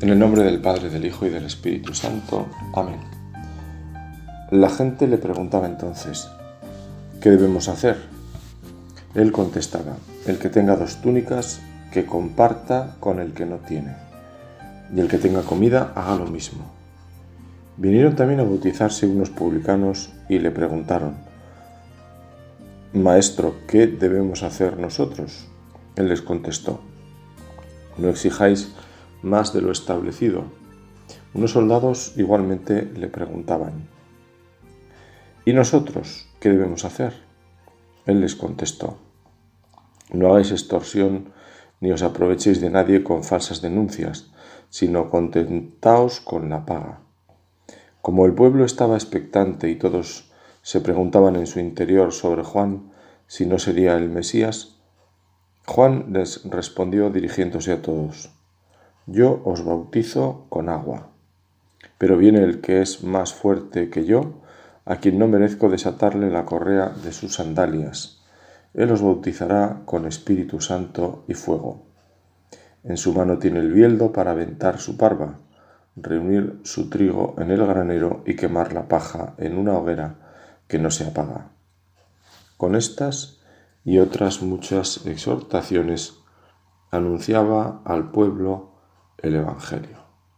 En el nombre del Padre, del Hijo y del Espíritu Santo. Amén. La gente le preguntaba entonces: ¿qué debemos hacer? Él contestaba: el que tenga 2 túnicas, que comparta con el que no tiene, y el que tenga comida, haga lo mismo. Vinieron también a bautizarse unos publicanos y le preguntaron: Maestro, ¿qué debemos hacer nosotros? Él les contestó: no exijáis más de lo establecido. Unos soldados igualmente le preguntaban: ¿y nosotros qué debemos hacer? Él les contestó: no hagáis extorsión ni os aprovechéis de nadie con falsas denuncias, sino contentaos con la paga. Como el pueblo estaba expectante y todos se preguntaban en su interior sobre Juan si no sería el Mesías, Juan les respondió dirigiéndose a todos: yo os bautizo con agua, pero viene el que es más fuerte que yo, a quien no merezco desatarle la correa de sus sandalias. Él os bautizará con Espíritu Santo y fuego. En su mano tiene el bieldo para aventar su parva, reunir su trigo en el granero y quemar la paja en una hoguera que no se apaga. Con estas y otras muchas exhortaciones anunciaba al pueblo el Evangelio.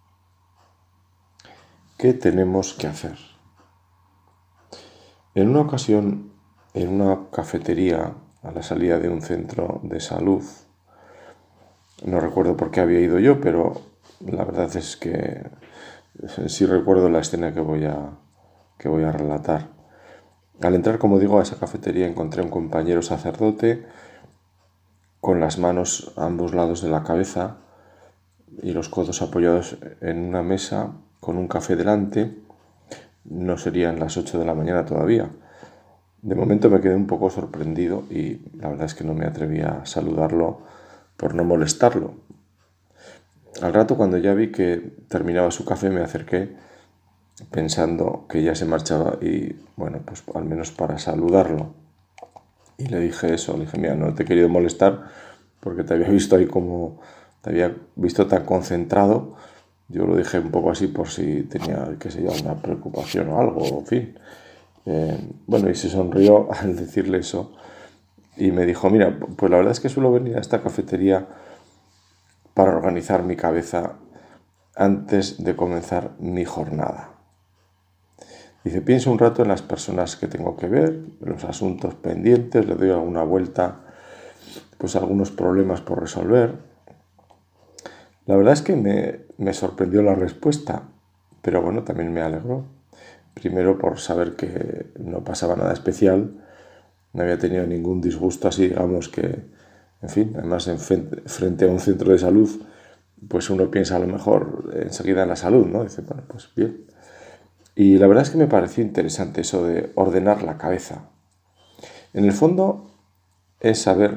¿Qué tenemos que hacer? En una ocasión, en una cafetería a la salida de un centro de salud, no recuerdo por qué había ido yo, pero la verdad es que sí recuerdo la escena que voy a relatar. Al entrar, como digo, a esa cafetería encontré a un compañero sacerdote con las manos a ambos lados de la cabeza y los codos apoyados en una mesa con un café delante. No serían las 8 de la mañana todavía. De momento me quedé un poco sorprendido y la verdad es que no me atreví a saludarlo por no molestarlo. Al rato, cuando ya vi que terminaba su café, me acerqué pensando que ya se marchaba y, bueno, pues al menos para saludarlo. Y le dije eso, le dije: mira, no te he querido molestar porque te había visto ahí como, te había visto tan concentrado. Yo lo dije un poco así por si tenía, qué sé yo, una preocupación o algo, en fin. Bueno, y se sonrió al decirle eso y me dijo: mira, pues la verdad es que suelo venir a esta cafetería para organizar mi cabeza antes de comenzar mi jornada. Dice: pienso un rato en las personas que tengo que ver, en los asuntos pendientes, le doy alguna vuelta, pues algunos problemas por resolver. La verdad es que me sorprendió la respuesta, pero bueno, también me alegró. Primero por saber que no pasaba nada especial, no había tenido ningún disgusto así, digamos que, en fin, además frente a un centro de salud, pues uno piensa a lo mejor enseguida en la salud, ¿no? Dice, bueno, pues bien. Y la verdad es que me pareció interesante eso de ordenar la cabeza. En el fondo es saber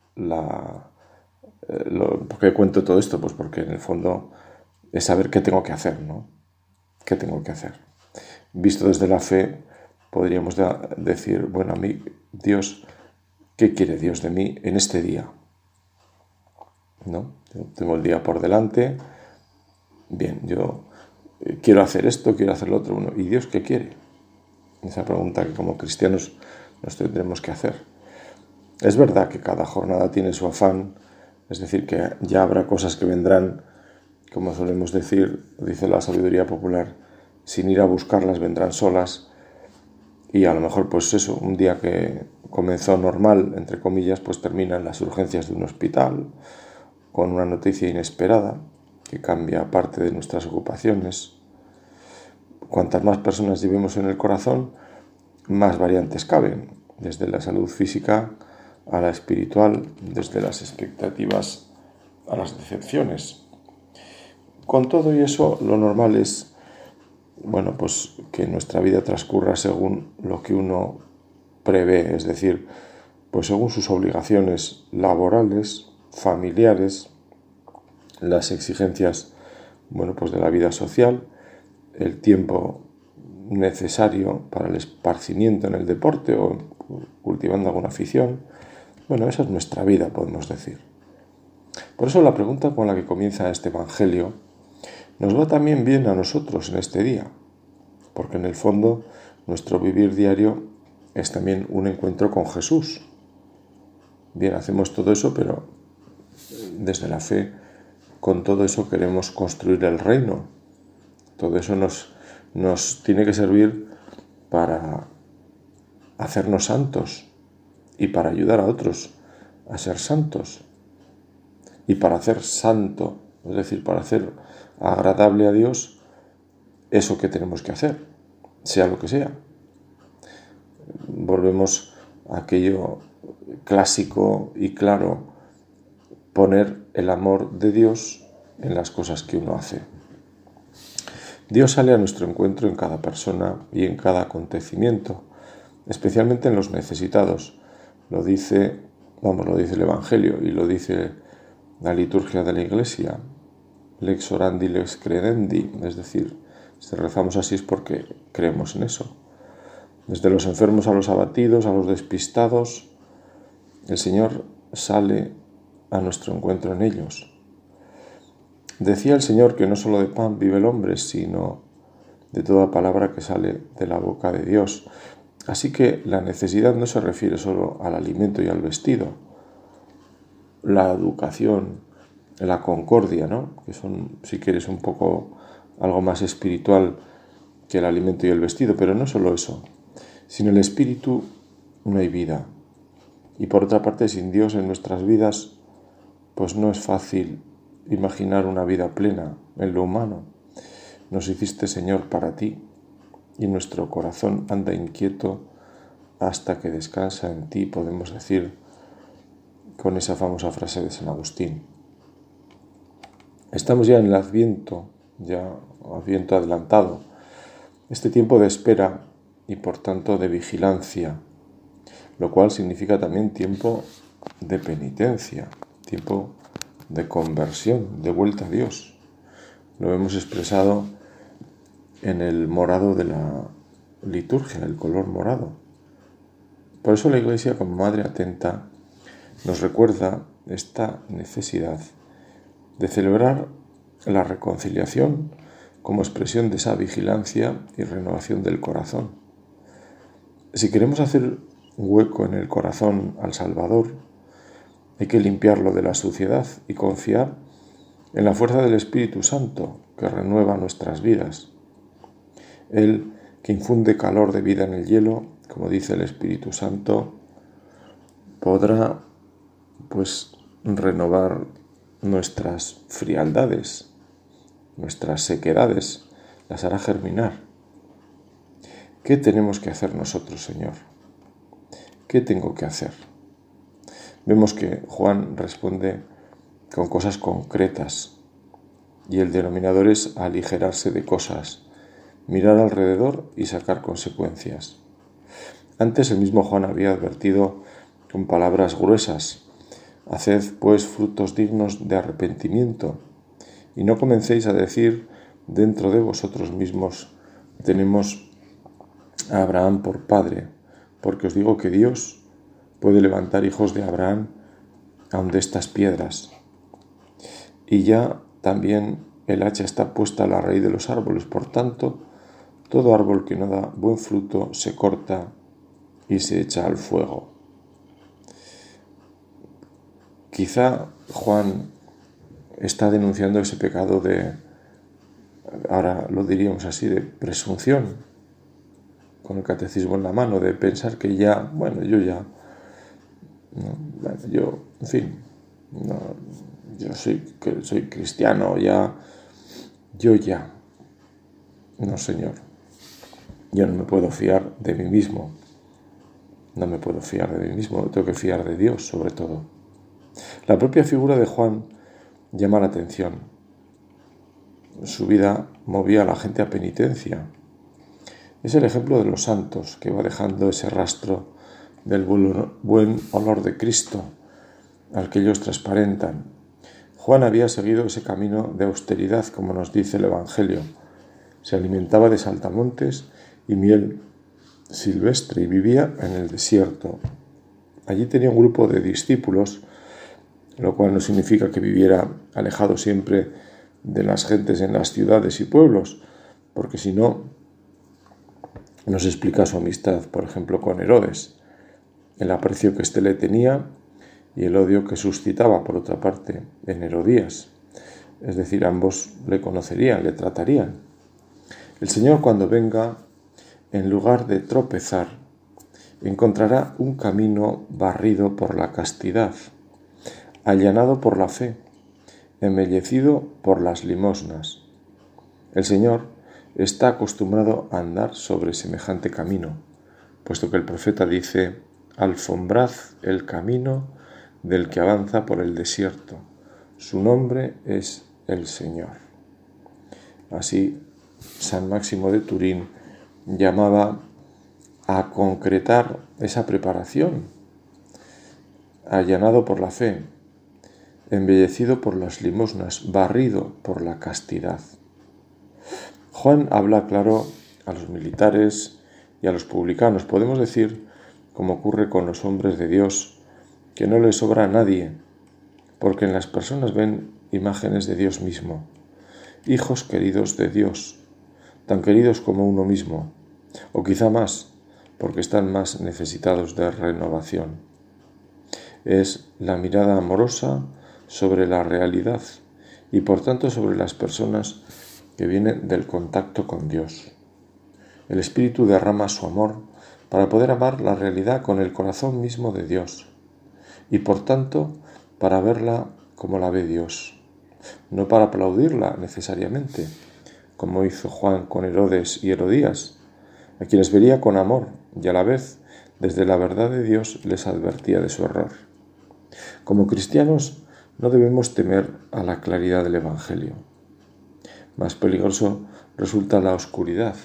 ¿por qué cuento todo esto? Pues porque en el fondo es saber qué tengo que hacer, ¿no? ¿Qué tengo que hacer? Visto desde la fe, podríamos decir: bueno, a mí, Dios, ¿qué quiere Dios de mí en este día? ¿No? Yo tengo el día por delante. Bien, yo quiero hacer esto, quiero hacer lo otro. Bueno, ¿y Dios qué quiere? Esa pregunta que como cristianos nos tendremos que hacer. Es verdad que cada jornada tiene su afán, es decir, que ya habrá cosas que vendrán, como solemos decir, dice la sabiduría popular, sin ir a buscarlas vendrán solas. Y a lo mejor, pues eso, un día que comenzó normal, entre comillas, pues termina en las urgencias de un hospital, con una noticia inesperada que cambia parte de nuestras ocupaciones. Cuantas más personas llevemos en el corazón, más variantes caben, desde la salud física a la espiritual, desde las expectativas a las decepciones. Con todo y eso, lo normal es, bueno, pues que nuestra vida transcurra según lo que uno prevé, es decir, pues según sus obligaciones laborales, familiares, las exigencias, bueno, pues de la vida social, el tiempo necesario para el esparcimiento en el deporte o cultivando alguna afición. Bueno, esa es nuestra vida, podemos decir. Por eso la pregunta con la que comienza este Evangelio nos va también bien a nosotros en este día, porque en el fondo nuestro vivir diario es también un encuentro con Jesús. Bien, hacemos todo eso, pero desde la fe, con todo eso queremos construir el reino. Todo eso nos tiene que servir para hacernos santos y para ayudar a otros a ser santos y para hacer santo, es decir, para hacer agradable a Dios eso que tenemos que hacer, sea lo que sea. Volvemos a aquello clásico y claro, poner el amor de Dios en las cosas que uno hace. Dios sale a nuestro encuentro en cada persona y en cada acontecimiento, especialmente en los necesitados. Lo dice el Evangelio y lo dice la liturgia de la Iglesia, lex orandi, lex credendi, es decir, si rezamos así es porque creemos en eso. Desde los enfermos a los abatidos, a los despistados, el Señor sale a nuestro encuentro en ellos. Decía el Señor que no solo de pan vive el hombre, sino de toda palabra que sale de la boca de Dios. Así que la necesidad no se refiere solo al alimento y al vestido, la educación, la concordia, ¿no? Que son, si quieres, un poco algo más espiritual que el alimento y el vestido, pero no solo eso. Sin el espíritu no hay vida. Y por otra parte, sin Dios en nuestras vidas, pues no es fácil imaginar una vida plena en lo humano. Nos hiciste, Señor, para ti, y nuestro corazón anda inquieto hasta que descansa en ti, podemos decir con esa famosa frase de San Agustín. Estamos ya en el Adviento adelantado, este tiempo de espera y por tanto de vigilancia, lo cual significa también tiempo de penitencia, tiempo de conversión, de vuelta a Dios. Lo hemos expresado en el morado de la liturgia, el color morado. Por eso la Iglesia, como madre atenta, nos recuerda esta necesidad de celebrar la reconciliación como expresión de esa vigilancia y renovación del corazón. Si queremos hacer hueco en el corazón al Salvador, hay que limpiarlo de la suciedad y confiar en la fuerza del Espíritu Santo que renueva nuestras vidas. Él que infunde calor de vida en el hielo, como dice el Espíritu Santo, podrá renovar nuestras frialdades, nuestras sequedades, las hará germinar. ¿Qué tenemos que hacer nosotros, Señor? ¿Qué tengo que hacer? Vemos que Juan responde con cosas concretas y el denominador es aligerarse de cosas, mirar alrededor y sacar consecuencias. Antes el mismo Juan había advertido con palabras gruesas: haced pues frutos dignos de arrepentimiento y no comencéis a decir dentro de vosotros mismos: tenemos a Abraham por padre, porque os digo que Dios puede levantar hijos de Abraham aun de estas piedras. Y ya también el hacha está puesta a la raíz de los árboles, por tanto, todo árbol que no da buen fruto se corta y se echa al fuego. Quizá Juan está denunciando ese pecado ahora lo diríamos así, de presunción, con el catecismo en la mano, de pensar que ya, yo soy cristiano, no, Señor, yo no me puedo fiar de mí mismo, tengo que fiar de Dios sobre todo. La propia figura de Juan llama la atención. Su vida movía a la gente a penitencia. Es el ejemplo de los santos que va dejando ese rastro del buen olor de Cristo al que ellos transparentan. Juan había seguido ese camino de austeridad, como nos dice el Evangelio. Se alimentaba de saltamontes y miel silvestre y vivía en el desierto. Allí tenía un grupo de discípulos, lo cual no significa que viviera alejado siempre de las gentes en las ciudades y pueblos, porque si no, nos explica su amistad, por ejemplo, con Herodes, el aprecio que éste le tenía y el odio que suscitaba, por otra parte, en Herodías. Es decir, ambos le conocerían, le tratarían. El Señor, cuando venga, en lugar de tropezar, encontrará un camino barrido por la castidad, allanado por la fe, embellecido por las limosnas. El Señor está acostumbrado a andar sobre semejante camino, puesto que el profeta dice: alfombrad el camino del que avanza por el desierto. Su nombre es el Señor. Así, San Máximo de Turín llamaba a concretar esa preparación, allanado por la fe, embellecido por las limosnas, barrido por la castidad. Juan habla claro a los militares y a los publicanos. Podemos decir, como ocurre con los hombres de Dios, que no les sobra a nadie, porque en las personas ven imágenes de Dios mismo, hijos queridos de Dios, tan queridos como uno mismo, o quizá más, porque están más necesitados de renovación. Es la mirada amorosa sobre la realidad y por tanto sobre las personas que vienen del contacto con Dios. El Espíritu derrama su amor para poder amar la realidad con el corazón mismo de Dios y por tanto para verla como la ve Dios, no para aplaudirla necesariamente, como hizo Juan con Herodes y Herodías, a quienes vería con amor y a la vez desde la verdad de Dios les advertía de su error. Como cristianos no debemos temer a la claridad del Evangelio. Más peligroso resulta la oscuridad.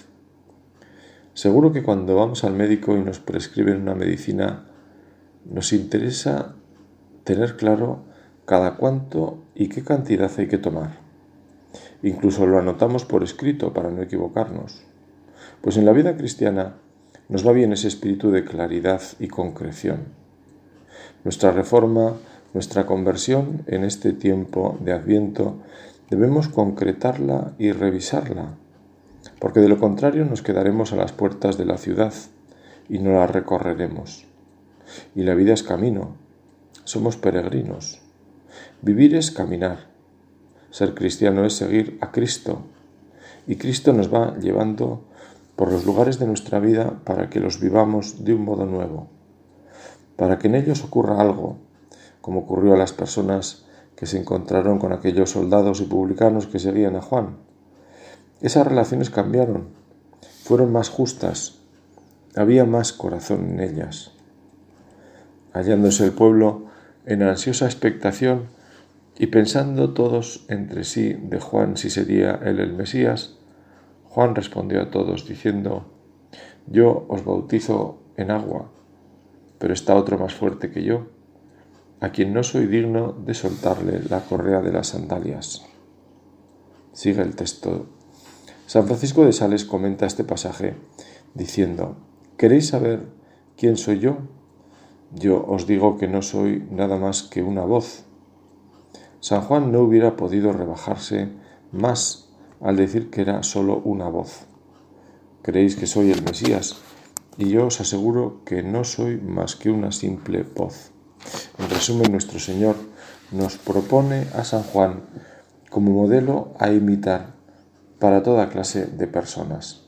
Seguro que cuando vamos al médico y nos prescriben una medicina, nos interesa tener claro cada cuánto y qué cantidad hay que tomar. Incluso lo anotamos por escrito para no equivocarnos. Pues en la vida cristiana nos va bien ese espíritu de claridad y concreción. Nuestra reforma, nuestra conversión en este tiempo de Adviento, debemos concretarla y revisarla, porque de lo contrario nos quedaremos a las puertas de la ciudad y no la recorreremos. Y la vida es camino, somos peregrinos. Vivir es caminar, ser cristiano es seguir a Cristo, y Cristo nos va llevando por los lugares de nuestra vida para que los vivamos de un modo nuevo, para que en ellos ocurra algo, como ocurrió a las personas que se encontraron con aquellos soldados y publicanos que seguían a Juan. Esas relaciones cambiaron, fueron más justas, había más corazón en ellas. Hallándose el pueblo en ansiosa expectación y pensando todos entre sí de Juan si sería él el Mesías, Juan respondió a todos diciendo: yo os bautizo en agua, pero está otro más fuerte que yo, a quien no soy digno de soltarle la correa de las sandalias. Sigue el texto. San Francisco de Sales comenta este pasaje diciendo: ¿queréis saber quién soy yo? Yo os digo que no soy nada más que una voz. San Juan no hubiera podido rebajarse más al decir que era solo una voz. Creéis que soy el Mesías, y yo os aseguro que no soy más que una simple voz. En resumen, nuestro Señor nos propone a San Juan como modelo a imitar para toda clase de personas.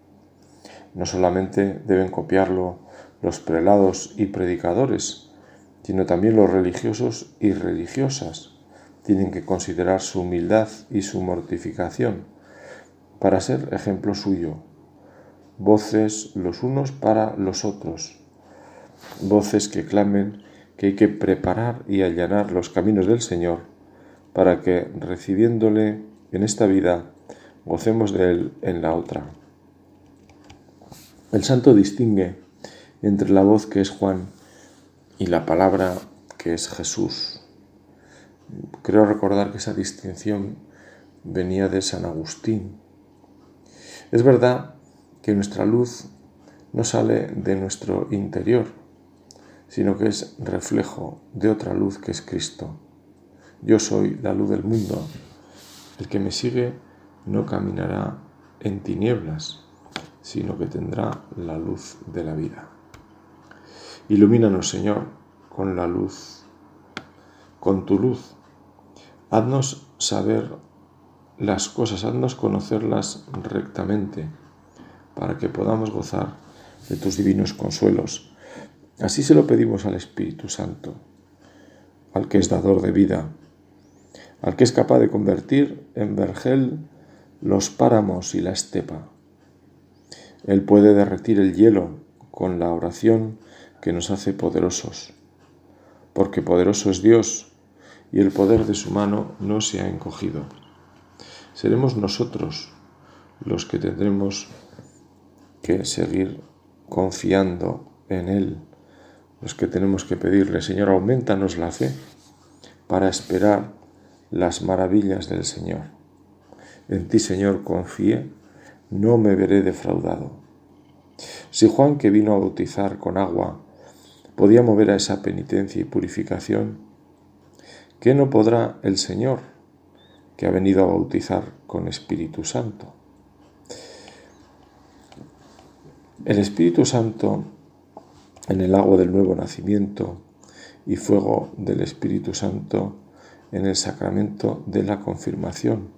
No solamente deben copiarlo los prelados y predicadores, sino también los religiosos y religiosas. Tienen que considerar su humildad y su mortificación para ser ejemplo suyo. Voces los unos para los otros. Voces que clamen que hay que preparar y allanar los caminos del Señor para que, recibiéndole en esta vida, gocemos de Él en la otra. El santo distingue entre la voz que es Juan y la palabra que es Jesús. Creo recordar que esa distinción venía de San Agustín. Es verdad que nuestra luz no sale de nuestro interior, sino que es reflejo de otra luz que es Cristo. Yo soy la luz del mundo, El que me sigue no caminará en tinieblas, sino que tendrá la luz de la vida. Ilumínanos, Señor, con la luz, con tu luz. Haznos saber las cosas, haznos conocerlas rectamente, para que podamos gozar de tus divinos consuelos. Así se lo pedimos al Espíritu Santo, al que es dador de vida, al que es capaz de convertir en vergel los páramos y la estepa. Él puede derretir el hielo con la oración que nos hace poderosos, porque poderoso es Dios y el poder de su mano no se ha encogido. Seremos nosotros los que tendremos que seguir confiando en Él, los que tenemos que pedirle: Señor, aumentanos la fe para esperar las maravillas del Señor. En ti, Señor, confié, no me veré defraudado. Si Juan, que vino a bautizar con agua, podía mover a esa penitencia y purificación, ¿qué no podrá el Señor, que ha venido a bautizar con Espíritu Santo? El Espíritu Santo en el agua del nuevo nacimiento y fuego del Espíritu Santo en el sacramento de la confirmación.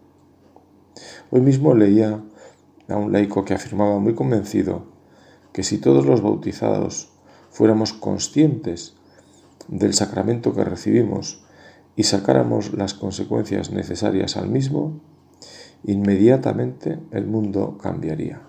Hoy mismo leía a un laico que afirmaba muy convencido que si todos los bautizados fuéramos conscientes del sacramento que recibimos y sacáramos las consecuencias necesarias al mismo, inmediatamente el mundo cambiaría.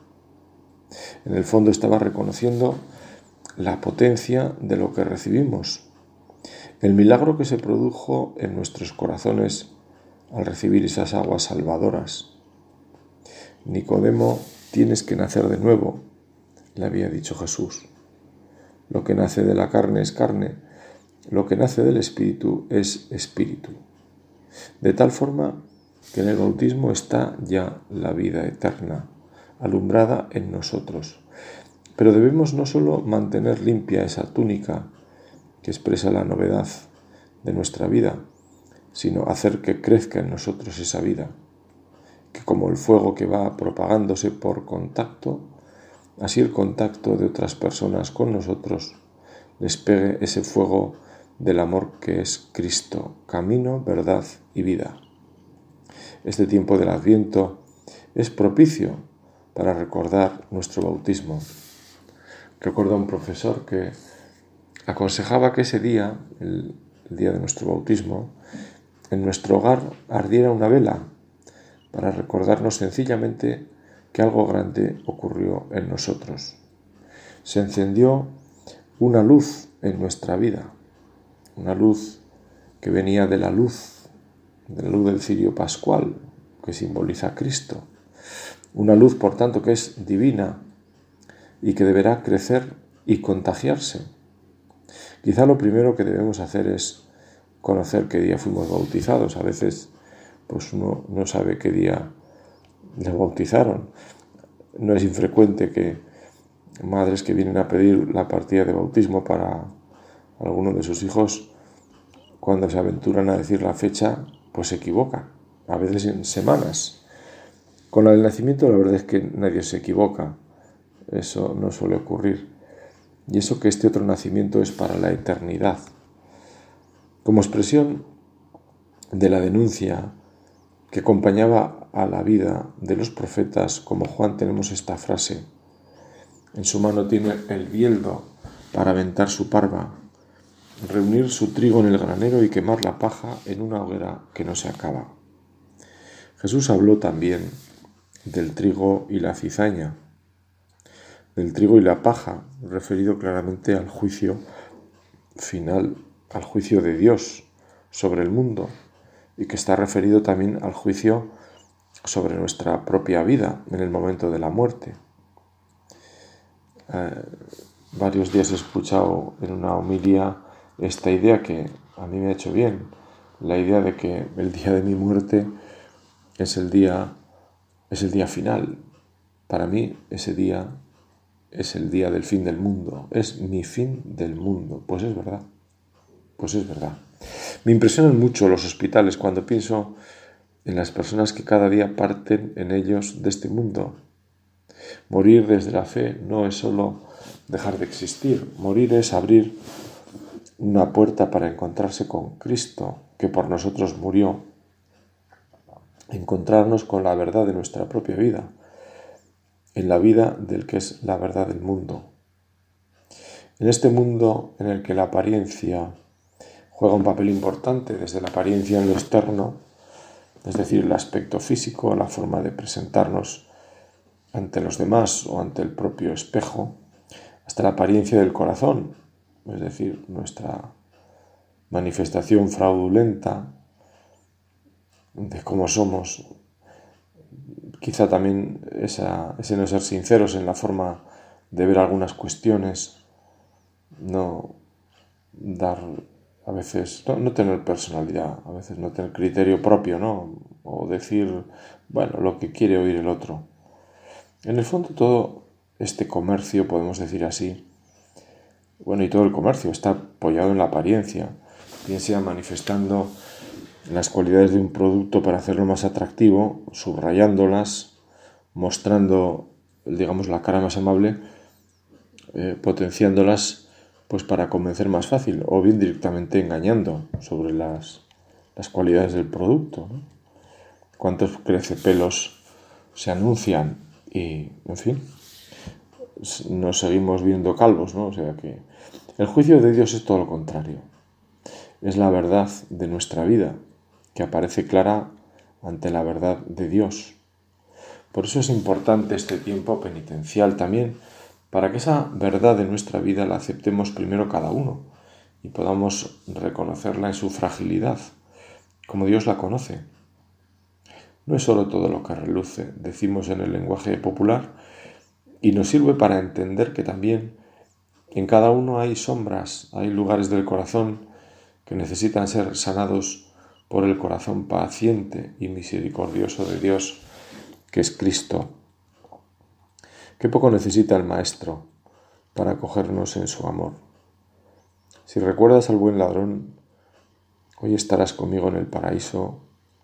En el fondo estaba reconociendo la potencia de lo que recibimos, el milagro que se produjo en nuestros corazones al recibir esas aguas salvadoras. Nicodemo, tienes que nacer de nuevo, le había dicho Jesús. Lo que nace de la carne es carne, lo que nace del Espíritu es Espíritu. De tal forma que en el bautismo está ya la vida eterna, alumbrada en nosotros. Pero debemos no solo mantener limpia esa túnica que expresa la novedad de nuestra vida, sino hacer que crezca en nosotros esa vida, que como el fuego que va propagándose por contacto, así el contacto de otras personas con nosotros les pegue ese fuego del amor que es Cristo, camino, verdad y vida. Este tiempo del Adviento es propicio para recordar nuestro bautismo. Recuerdo a un profesor que aconsejaba que ese día, el día de nuestro bautismo, en nuestro hogar ardiera una vela para recordarnos sencillamente que algo grande ocurrió en nosotros. Se encendió una luz en nuestra vida, una luz que venía de la luz del cirio pascual, que simboliza a Cristo. Una luz, por tanto, que es divina y que deberá crecer y contagiarse. Quizá lo primero que debemos hacer es conocer qué día fuimos bautizados. A veces pues uno no sabe qué día le bautizaron. No es infrecuente que madres que vienen a pedir la partida de bautismo para alguno de sus hijos, cuando se aventuran a decir la fecha, pues se equivocan, a veces en semanas. Con la del nacimiento la verdad es que nadie se equivoca, eso no suele ocurrir. Y eso que este otro nacimiento es para la eternidad. Como expresión de la denuncia que acompañaba a la vida de los profetas, como Juan, tenemos esta frase: en su mano tiene el bieldo para aventar su parva, reunir su trigo en el granero y quemar la paja en una hoguera que no se acaba. Jesús habló también del trigo y la cizaña, del trigo y la paja, referido claramente al juicio final, al juicio de Dios sobre el mundo, y que está referido también al juicio sobre nuestra propia vida en el momento de la muerte. Varios días he escuchado en una homilia esta idea que a mí me ha hecho bien, la idea de que el día de mi muerte es el día final. Para mí ese día es el día del fin del mundo, es mi fin del mundo. Pues es verdad. Me impresionan mucho los hospitales cuando pienso en las personas que cada día parten en ellos de este mundo. Morir desde la fe no es solo dejar de existir, morir es abrir una puerta para encontrarse con Cristo, que por nosotros murió, encontrarnos con la verdad de nuestra propia vida, en la vida del que es la verdad del mundo. En este mundo en el que la apariencia juega un papel importante, desde la apariencia en lo externo, es decir, el aspecto físico, la forma de presentarnos ante los demás o ante el propio espejo, hasta la apariencia del corazón, es decir, nuestra manifestación fraudulenta de cómo somos, quizá también ese no ser sinceros en la forma de ver algunas cuestiones, no dar a veces, no tener personalidad, a veces no tener criterio propio, ¿no? O decir, bueno, lo que quiere oír el otro. En el fondo todo este comercio, podemos decir así, bueno, y todo el comercio está apoyado en la apariencia, bien sea manifestando las cualidades de un producto para hacerlo más atractivo, subrayándolas, mostrando, digamos, la cara más amable, potenciándolas pues para convencer más fácil, o bien directamente engañando sobre las cualidades del producto, ¿no? Cuántos crecepelos se anuncian y, en fin, nos seguimos viendo calvos, ¿no? O sea que el juicio de Dios es todo lo contrario. Es la verdad de nuestra vida, que aparece clara ante la verdad de Dios. Por eso es importante este tiempo penitencial también, para que esa verdad de nuestra vida la aceptemos primero cada uno y podamos reconocerla en su fragilidad, como Dios la conoce. No es solo todo lo que reluce, decimos en el lenguaje popular, y nos sirve para entender que también en cada uno hay sombras, hay lugares del corazón que necesitan ser sanados por el corazón paciente y misericordioso de Dios, que es Cristo. Qué poco necesita el Maestro para acogernos en su amor. Si recuerdas al buen ladrón, hoy estarás conmigo en el paraíso.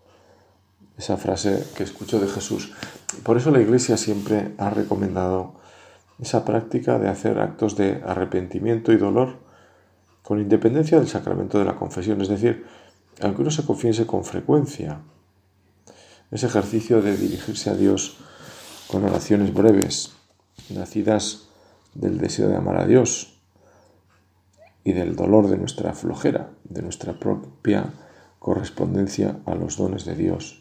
Esa frase que escucho de Jesús. Por eso la Iglesia siempre ha recomendado esa práctica de hacer actos de arrepentimiento y dolor con independencia del sacramento de la confesión, es decir, aunque uno se confiese con frecuencia. Ese ejercicio de dirigirse a Dios con oraciones breves, nacidas del deseo de amar a Dios y del dolor de nuestra flojera, de nuestra propia correspondencia a los dones de Dios.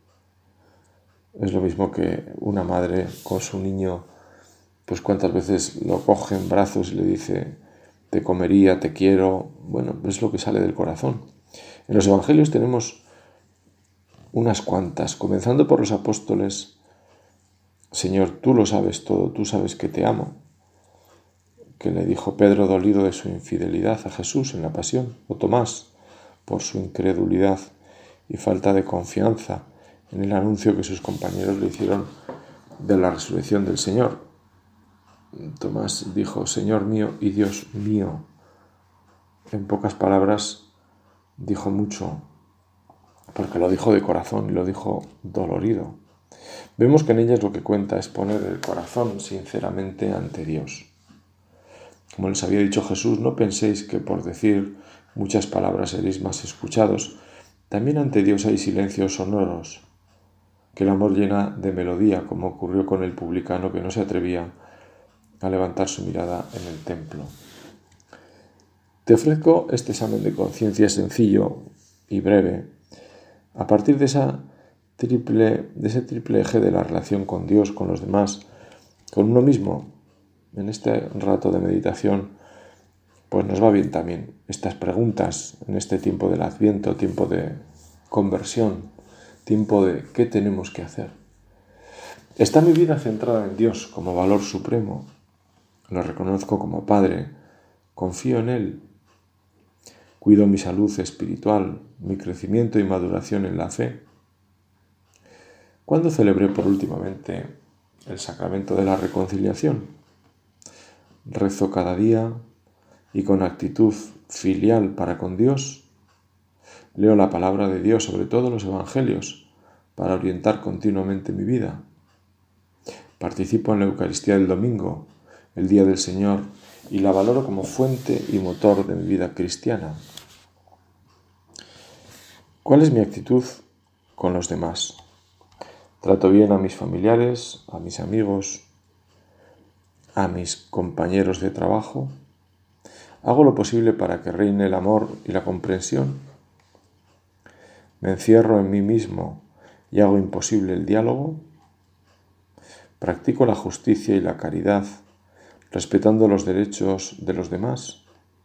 Es lo mismo que una madre con su niño, pues cuántas veces lo coge en brazos y le dice, te comería, te quiero. Bueno, es lo que sale del corazón. En los evangelios tenemos unas cuantas, comenzando por los apóstoles. Señor, tú lo sabes todo, tú sabes que te amo, que le dijo Pedro dolido de su infidelidad a Jesús en la pasión, o Tomás por su incredulidad y falta de confianza en el anuncio que sus compañeros le hicieron de la resurrección del Señor. Tomás dijo, Señor mío y Dios mío. En pocas palabras dijo mucho, porque lo dijo de corazón y lo dijo dolorido. Vemos que en ellas lo que cuenta es poner el corazón sinceramente ante Dios. Como les había dicho Jesús, no penséis que por decir muchas palabras seréis más escuchados. También ante Dios hay silencios sonoros, que el amor llena de melodía, como ocurrió con el publicano que no se atrevía a levantar su mirada en el templo. Te ofrezco este examen de conciencia sencillo y breve, a partir de ese triple eje de la relación con Dios, con los demás, con uno mismo. En este rato de meditación, pues nos va bien también estas preguntas en este tiempo del Adviento, tiempo de conversión, tiempo de qué tenemos que hacer. ¿Está mi vida centrada en Dios como valor supremo? Lo reconozco como Padre, confío en Él, cuido mi salud espiritual, mi crecimiento y maduración en la fe. ¿Cuándo celebré por últimamente el sacramento de la reconciliación? ¿Rezo cada día y con actitud filial para con Dios? Leo la palabra de Dios, sobre todo los evangelios, para orientar continuamente mi vida. Participo en la Eucaristía del domingo, el Día del Señor, y la valoro como fuente y motor de mi vida cristiana. ¿Cuál es mi actitud con los demás? ¿Trato bien a mis familiares, a mis amigos, a mis compañeros de trabajo? ¿Hago lo posible para que reine el amor y la comprensión? ¿Me encierro en mí mismo y hago imposible el diálogo? ¿Practico la justicia y la caridad, respetando los derechos de los demás?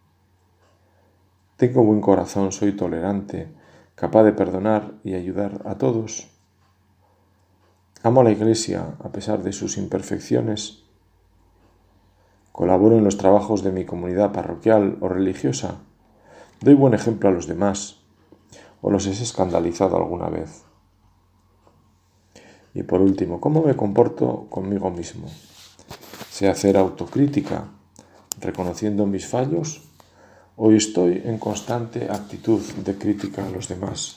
¿Tengo buen corazón, soy tolerante, capaz de perdonar y ayudar a todos? ¿Amo a la Iglesia a pesar de sus imperfecciones? ¿Colaboro en los trabajos de mi comunidad parroquial o religiosa? ¿Doy buen ejemplo a los demás? ¿O los he escandalizado alguna vez? Y por último, ¿cómo me comporto conmigo mismo? ¿Sé hacer autocrítica, reconociendo mis fallos? ¿O estoy en constante actitud de crítica a los demás?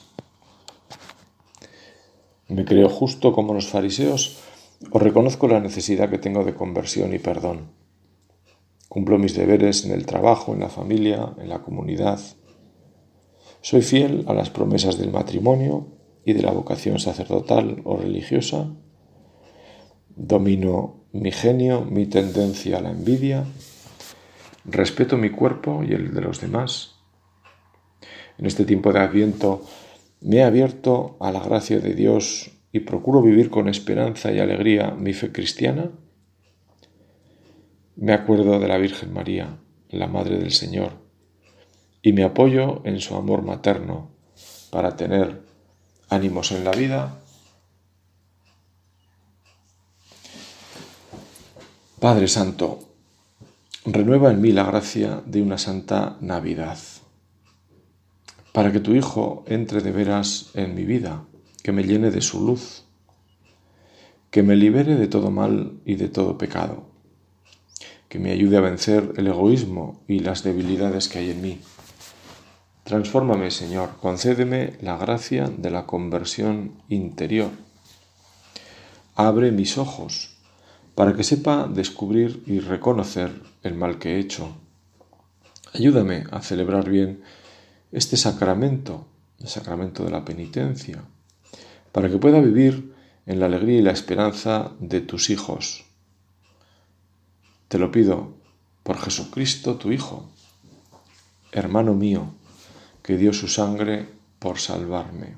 ¿Me creo justo como los fariseos o reconozco la necesidad que tengo de conversión y perdón? ¿Cumplo mis deberes en el trabajo, en la familia, en la comunidad? ¿Soy fiel a las promesas del matrimonio y de la vocación sacerdotal o religiosa? ¿Domino mi genio, mi tendencia a la envidia? ¿Respeto mi cuerpo y el de los demás? En este tiempo de Adviento me he abierto a la gracia de Dios y procuro vivir con esperanza y alegría mi fe cristiana. Me acuerdo de la Virgen María, la Madre del Señor, y me apoyo en su amor materno para tener ánimos en la vida. Padre Santo, renueva en mí la gracia de una santa Navidad, para que tu Hijo entre de veras en mi vida, que me llene de su luz, que me libere de todo mal y de todo pecado, que me ayude a vencer el egoísmo y las debilidades que hay en mí. Transfórmame, Señor, concédeme la gracia de la conversión interior. Abre mis ojos para que sepa descubrir y reconocer el mal que he hecho. Ayúdame a celebrar bien este sacramento, el sacramento de la penitencia, para que pueda vivir en la alegría y la esperanza de tus hijos. Te lo pido por Jesucristo, tu Hijo, hermano mío, que dio su sangre por salvarme.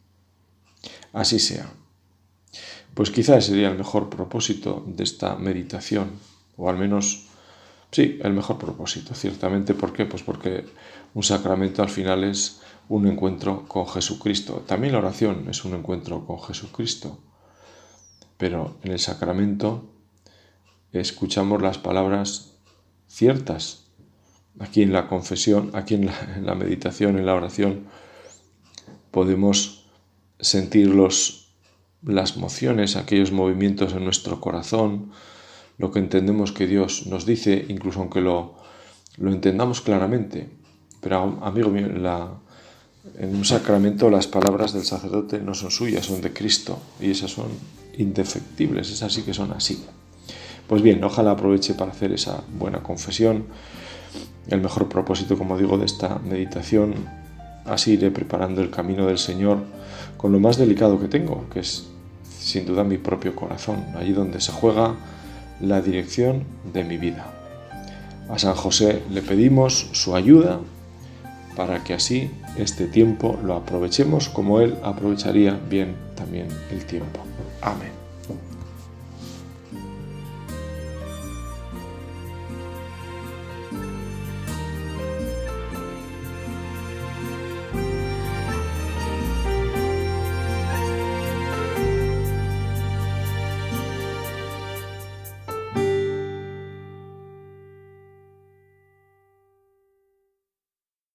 Así sea. Pues quizás sería el mejor propósito de esta meditación, o al menos, sí, el mejor propósito, ciertamente. ¿Por qué? Pues porque un sacramento al final es un encuentro con Jesucristo. También la oración es un encuentro con Jesucristo. Pero en el sacramento escuchamos las palabras ciertas. Aquí en la confesión, aquí en la meditación, en la oración, podemos sentir las emociones, aquellos movimientos en nuestro corazón, lo que entendemos que Dios nos dice, incluso aunque lo entendamos claramente. Pero, amigo mío, en un sacramento las palabras del sacerdote no son suyas, son de Cristo, y esas son indefectibles, esas sí que son así. Pues bien, ojalá aproveche para hacer esa buena confesión. El mejor propósito, como digo, de esta meditación, así iré preparando el camino del Señor con lo más delicado que tengo, que es sin duda mi propio corazón, allí donde se juega la dirección de mi vida. A San José le pedimos su ayuda para que así este tiempo lo aprovechemos como Él aprovecharía bien también el tiempo. Amén.